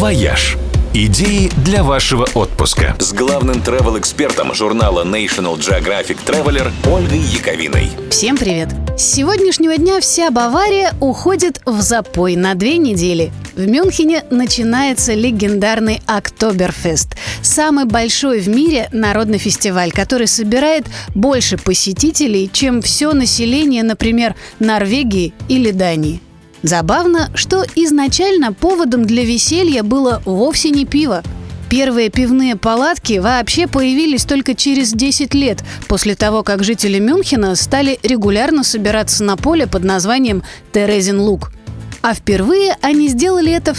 «Вояж». Идеи для вашего отпуска. С главным travel-экспертом журнала National Geographic Traveler Ольгой Яковиной. Всем привет! С сегодняшнего дня вся Бавария уходит в запой на 2 недели. В Мюнхене начинается легендарный Октоберфест. Самый большой в мире народный фестиваль, который собирает больше посетителей, чем все население, например, Норвегии или Дании. Забавно, что изначально поводом для веселья было вовсе не пиво. Первые пивные палатки вообще появились только через 10 лет после того, как жители Мюнхена стали регулярно собираться на поле под названием Терезин-Луг. А впервые они сделали это в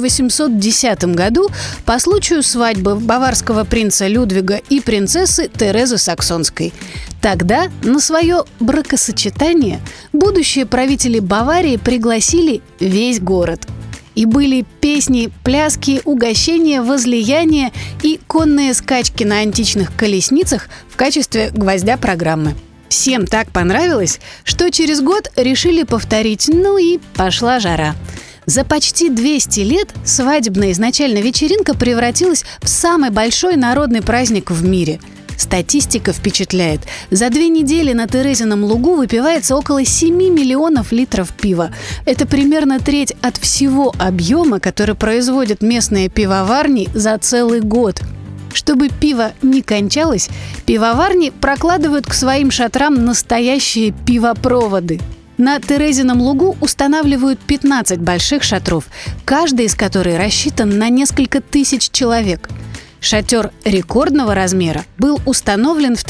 1810 году по случаю свадьбы баварского принца Людвига и принцессы Терезы Саксонской. Тогда на свое бракосочетание будущие правители Баварии пригласили весь город. И были песни, пляски, угощения, возлияния и конные скачки на античных колесницах в качестве гвоздя программы. Всем так понравилось, что через год решили повторить, ну и пошла жара. За почти 200 лет свадебная изначально вечеринка превратилась в самый большой народный праздник в мире. Статистика впечатляет. За 2 недели на Терезином лугу выпивается около 7 миллионов литров пива. Это примерно треть от всего объема, который производят местные пивоварни за целый год. Чтобы пиво не кончалось, пивоварни прокладывают к своим шатрам настоящие пивопроводы. На Терезином лугу устанавливают 15 больших шатров, каждый из которых рассчитан на несколько тысяч человек. Шатер рекордного размера был установлен в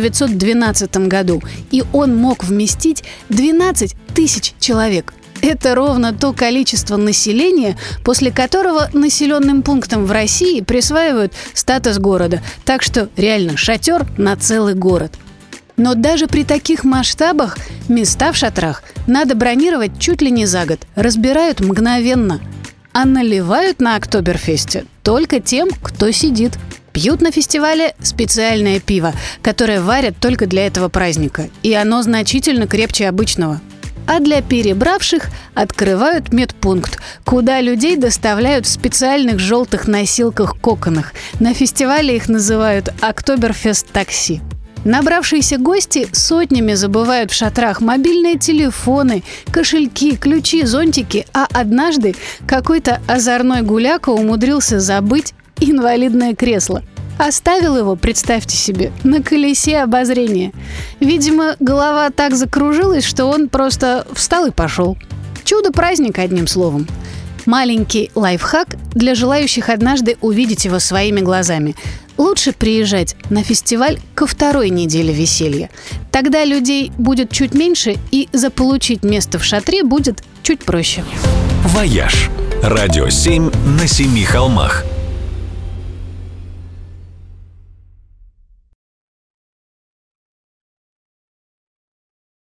1912 году, и он мог вместить 12 тысяч человек. Это ровно то количество населения, после которого населенным пунктам в России присваивают статус города. Так что реально шатер на целый город. Но даже при таких масштабах места в шатрах надо бронировать чуть ли не за год. Разбирают мгновенно. А наливают на Октоберфесте только тем, кто сидит. Пьют на фестивале специальное пиво, которое варят только для этого праздника. И оно значительно крепче обычного. А для перебравших открывают медпункт, куда людей доставляют в специальных желтых носилках-коконах. На фестивале их называют «Октоберфест-такси». Набравшиеся гости сотнями забывают в шатрах мобильные телефоны, кошельки, ключи, зонтики, а однажды какой-то озорной гуляка умудрился забыть инвалидное кресло. Оставил его, представьте себе, на колесе обозрения. Видимо, голова так закружилась, что он просто встал и пошел. Чудо-праздник, одним словом. Маленький лайфхак для желающих однажды увидеть его своими глазами. Лучше приезжать на фестиваль ко 2-й неделе веселья. Тогда людей будет чуть меньше, и заполучить место в шатре будет чуть проще. «Вояж». Радио 7 на 7 холмах.